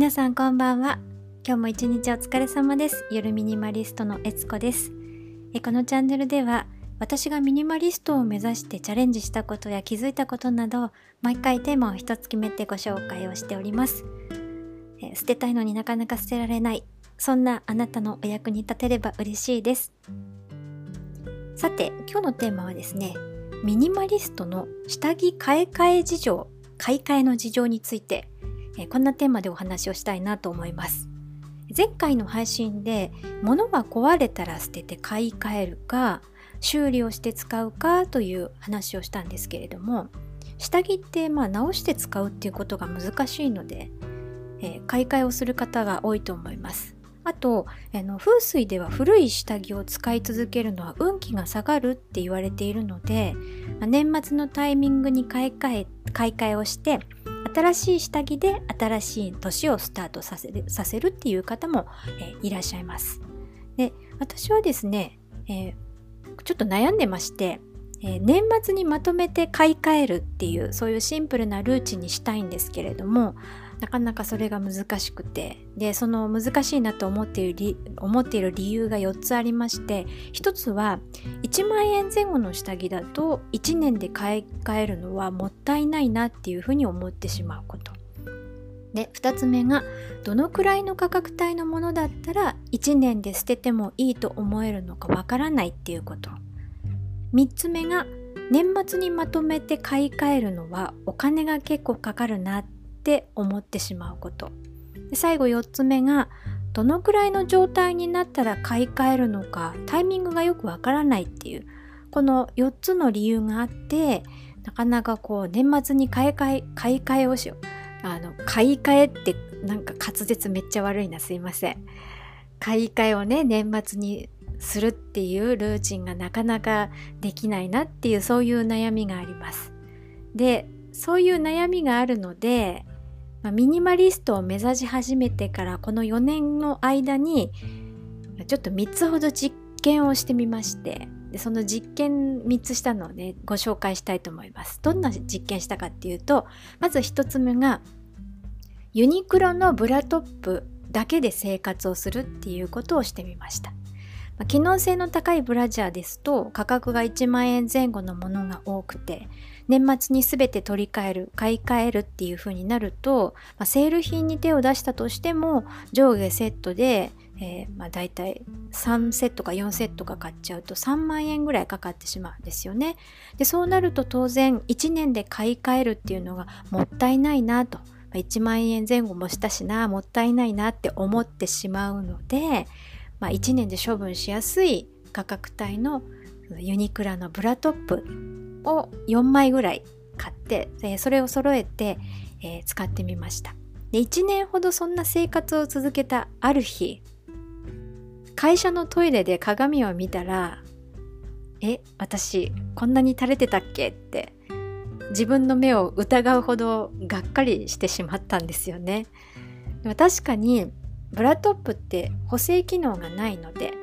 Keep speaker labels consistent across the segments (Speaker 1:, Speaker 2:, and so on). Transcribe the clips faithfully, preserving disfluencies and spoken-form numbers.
Speaker 1: 皆さんこんばんは。今日も一日お疲れ様です。夜ミニマリストのえつこです。えこのチャンネルでは私がミニマリストを目指してチャレンジしたことや気づいたことなど毎回テーマを一つ決めてご紹介をしております。え捨てたいのになかなか捨てられない、そんなあなたのお役に立てれば嬉しいです。さて今日のテーマはですね、ミニマリストの下着買い替え事情、買い替えの事情についてえこんなテーマでお話をしたいなと思います。前回の配信で物が壊れたら捨てて買い替えるか修理をして使うかという話をしたんですけれども、下着ってまあ直して使うっていうことが難しいので、えー、買い替えをする方が多いと思います。あとあの風水では古い下着を使い続けるのは運気が下がるって言われているので、まあ、年末のタイミングに買い替え買い替えをして新しい下着で新しい年をスタートさせる、させるっていう方も、えー、いらっしゃいます。で、私はですね、えー、ちょっと悩んでまして、えー、年末にまとめて買い替えるっていうそういうシンプルなルーチンにしたいんですけれども、なかなかそれが難しくて、でその難しいなと思っている理、思っている理由がよっつありまして、ひとつはいちまんえんぜん後の下着だといちねんで買い替えるのはもったいないなっていうふうに思ってしまうこと。でふたつめがどのくらいの価格帯のものだったらいちねんで捨ててもいいと思えるのかわからないっていうこと。みっつめが年末にまとめて買い替えるのはお金が結構かかるなって思ってしまうこと。で最後よっつめがどのくらいの状態になったら買い替えるのかタイミングがよくわからないっていう、このよっつの理由があって、なかなかこう年末に買い替え買い替えをしようあの買い替えってなんか滑舌めっちゃ悪いな、すいません。買い替えをね年末にするっていうルーチンがなかなかできないなっていう、そういう悩みがあります。でそういう悩みがあるので、まあ、ミニマリストを目指し始めてからこのよねんの間にちょっとみっつほど実験をしてみまして、でその実験みっつしたのをねご紹介したいと思います。どんな実験したかっていうと、まずひとつめがユニクロのブラトップだけで生活をするっていうことをしてみました。まあ、機能性の高いブラジャーですと価格がいちまんえんぜん後のものが多くて、年末に全て取り替える買い替えるっていう風になると、まあ、セール品に手を出したとしても上下セットで、えーまあ、だいたいさんセットかよんセットか買っちゃうとさんまんえんぐらいかかってしまうんですよね。でそうなると当然いちねんで買い替えるっていうのがもったいないなと、いちまんえんぜん後もしたしな、もったいないなって思ってしまうので、まあ、いちねんで処分しやすい価格帯のユニクロのブラトップをよんまいぐらい買って、それを揃えて、えー、使ってみました。でいちねんほどそんな生活を続けたある日、会社のトイレで鏡を見たら、え、私こんなに垂れてたっけって自分の目を疑うほどがっかりしてしまったんですよね。でも確かにブラトップって補正機能がないので、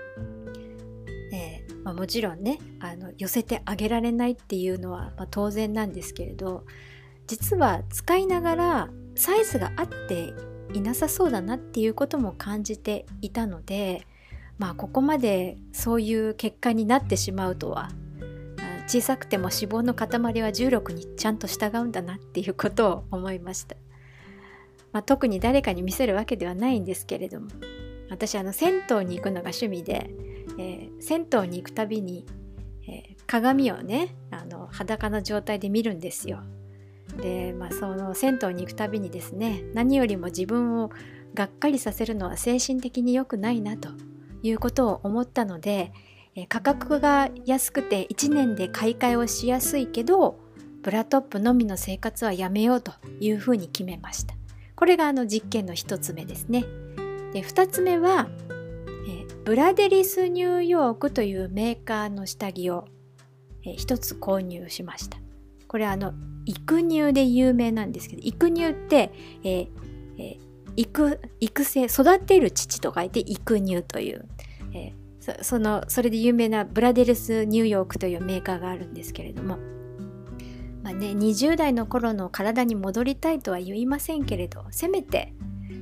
Speaker 1: えーまあ、もちろんねあの寄せてあげられないっていうのは、まあ、当然なんですけれど、実は使いながらサイズが合っていなさそうだなっていうことも感じていたので、まあここまでそういう結果になってしまうとは、小さくても脂肪の塊は重力にちゃんと従うんだなっていうことを思いました。まあ、特に誰かに見せるわけではないんですけれども、私あの銭湯に行くのが趣味で、えー、銭湯に行くたびに、えー、鏡をねあの裸の状態で見るんですよ。で、まあ、その銭湯に行くたびにですね、何よりも自分をがっかりさせるのは精神的に良くないなということを思ったので、えー、価格が安くていちねんで買い替えをしやすいけどブラトップのみの生活はやめようというふうに決めました。これがあの実験のひとつめですね。でふたつめは、えー、ブラデリスニューヨークというメーカーの下着を、えー、ひとつ購入しました。これあの育乳で有名なんですけど、育乳って、えーえー、育, 育成育てる父と書いて育乳という、えー、そ, そのそれで有名なブラデリスニューヨークというメーカーがあるんですけれども、まあね、にじゅう代の頃の体に戻りたいとは言いませんけれど、せめて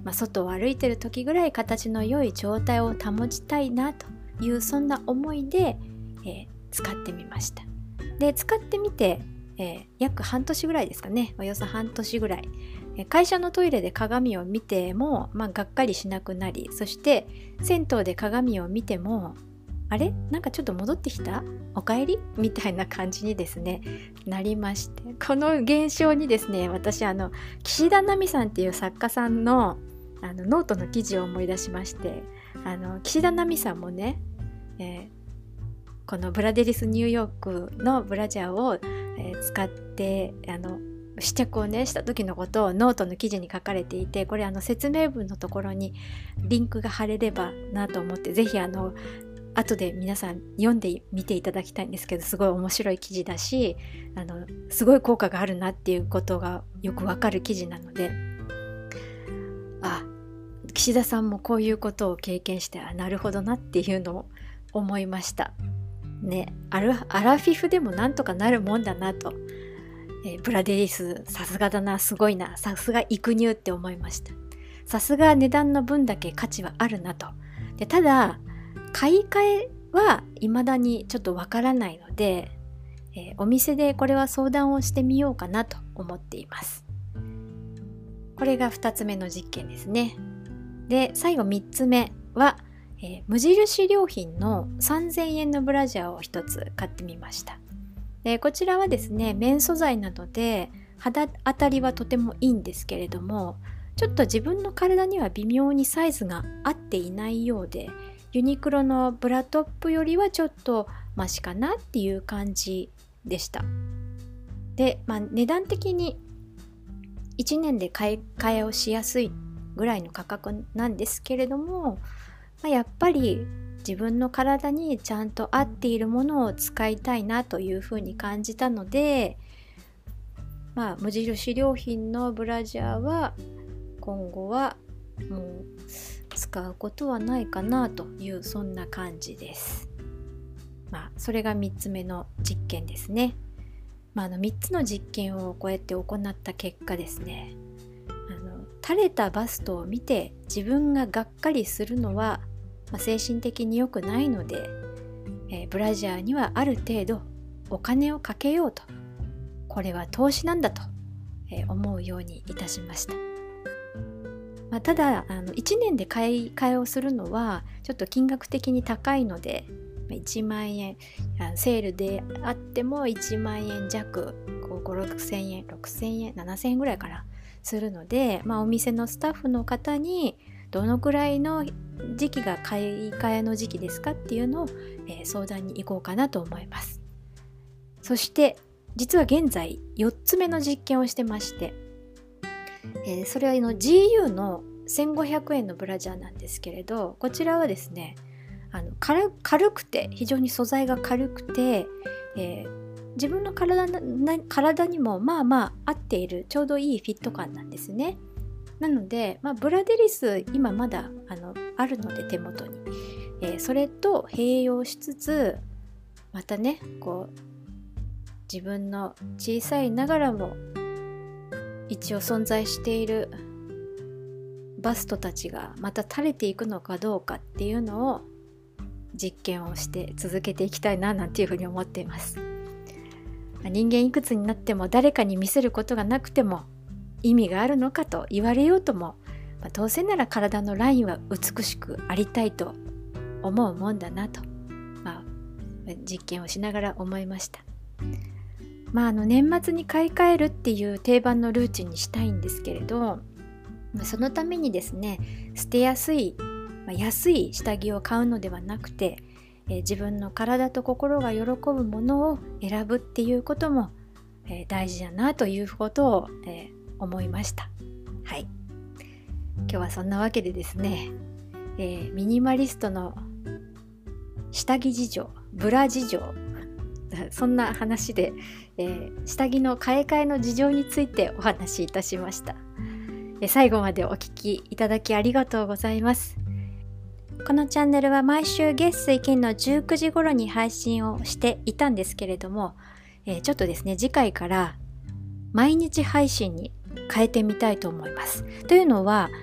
Speaker 1: まあ、外を歩いてる時ぐらい形の良い状態を保ちたいなというそんな思いで、えー、使ってみました。で使ってみて、えー、約半年ぐらいですかね、およそ半年ぐらい、えー、会社のトイレで鏡を見ても、まあ、がっかりしなくなり、そして銭湯で鏡を見てもあれなんかちょっと戻ってきたおかえりみたいな感じにですねなりまして、この現象にですね私あの岸田奈美さんっていう作家さんのあのノートの記事を思い出しまして、あの岸田奈美さんもね、えー、このブラデリスニューヨークのブラジャーを、えー、使ってあの試着をねした時のことをノートの記事に書かれていて、これあの説明文のところにリンクが貼れればなと思って、ぜひあの後で皆さん読んでみていただきたいんですけど、すごい面白い記事だし、あのすごい効果があるなっていうことがよくわかる記事なので、あ、岸田さんもこういうことを経験して、あ、なるほどなっていうのを思いましたね。アルアラフィフでもなんとかなるもんだなと、えー、ブラデリスさすがだな、すごいな、さすが育乳って思いました。さすが値段の分だけ価値はあるなと。でただ買い替えは未だにちょっとわからないので、えー、お店でこれは相談をしてみようかなと思っています。これがふたつめの実験ですね。で最後みっつめは、えー、無印良品のさんぜんえんのブラジャーをひとつ買ってみました。でこちらはですね綿素材なので肌当たりはとてもいいんですけれども、ちょっと自分の体には微妙にサイズが合っていないようで、ユニクロのブラトップよりはちょっとマシかなっていう感じでした。で、まあ、値段的にいちねんで買い替えをしやすいぐらいの価格なんですけれども、まあ、やっぱり自分の体にちゃんと合っているものを使いたいなというふうに感じたので、まあ、無印良品のブラジャーは今後はもう使うことはないかなという、そんな感じです。まあそれがみっつめの実験ですね。まあ、あのみっつの実験をこうやって行った結果ですね、あの垂れたバストを見て自分ががっかりするのは、まあ、精神的に良くないので、えー、ブラジャーにはある程度お金をかけようと、これは投資なんだと、えー、思うようにいたしました。まあ、ただあのいちねんで買い替えをするのはちょっと金額的に高いので、いちまんえんセールであってもいちまんえん弱、ご、ろくせんえん、ろくせんえん、ななせんえんぐらいからするので、まあ、お店のスタッフの方にどのくらいの時期が買い替えの時期ですかっていうのを、えー、相談に行こうかなと思います。そして実は現在よっつめの実験をしてまして、えー、それはの ジーユー のせんごひゃくえんのブラジャーなんですけれど、こちらはですねあの 軽, 軽くて非常に素材が軽くて、えー、自分の 体, な体にもまあまあ合っているちょうどいいフィット感なんですね。なので、まあ、ブラデリス今まだ あ, のあるので手元に、えー、それと併用しつつ、またねこう自分の小さいながらも一応存在しているバストたちがまた垂れていくのかどうかっていうのを実験をして続けていきたいななんていうふうに思っています。人間いくつになっても誰かに見せることがなくても意味があるのかと言われようとも、まあ、どうせなら体のラインは美しくありたいと思うもんだなと、まあ、実験をしながら思いました。まあ、あの年末に買い替えるっていう定番のルーチンにしたいんですけれど、そのためにですね捨てやすい、まあ、安い下着を買うのではなくて、えー、自分の体と心が喜ぶものを選ぶっていうことも、えー、大事だなということを、えー、思いました。はい、今日はそんなわけでですね、えー、ミニマリストの下着事情、ブラ事情、そんな話で、えー、下着の買い替えの事情についてお話しいたしました。えー、最後までお聞きいただきありがとうございます。このチャンネルは毎週月水金のじゅうくじ頃に配信をしていたんですけれども、えー、ちょっとですね次回から毎日配信に変えてみたいと思います。というのは、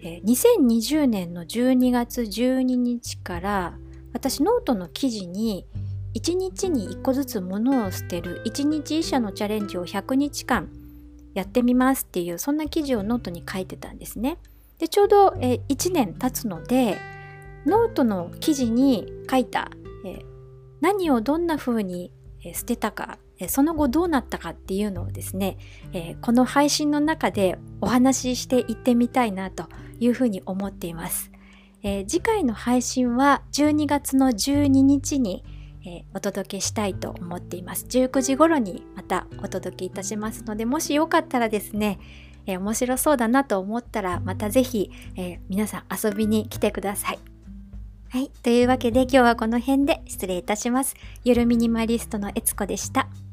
Speaker 1: えー、にせんにじゅうねんのじゅうにがつじゅうににちから私ノートの記事にいちにちにいっこずつ物を捨てるいちにちいっしゃのチャレンジをひゃくにちかんやってみますっていう、そんな記事をノートに書いてたんですね。でちょうど、えー、いちねん経つので、ノートの記事に書いた、えー、何をどんな風に捨てたか、その後どうなったかっていうのをですね、えー、この配信の中でお話ししていってみたいなというふうに思っています。えー、次回の配信はじゅうにがつのじゅうににちに、えー、お届けしたいと思っています。じゅうくじ頃にまたお届けいたしますので、もしよかったらですね、えー、面白そうだなと思ったらまたぜひ、えー、皆さん遊びに来てください。はい、というわけで今日はこの辺で失礼いたします。ゆるミニマリストのえつこでした。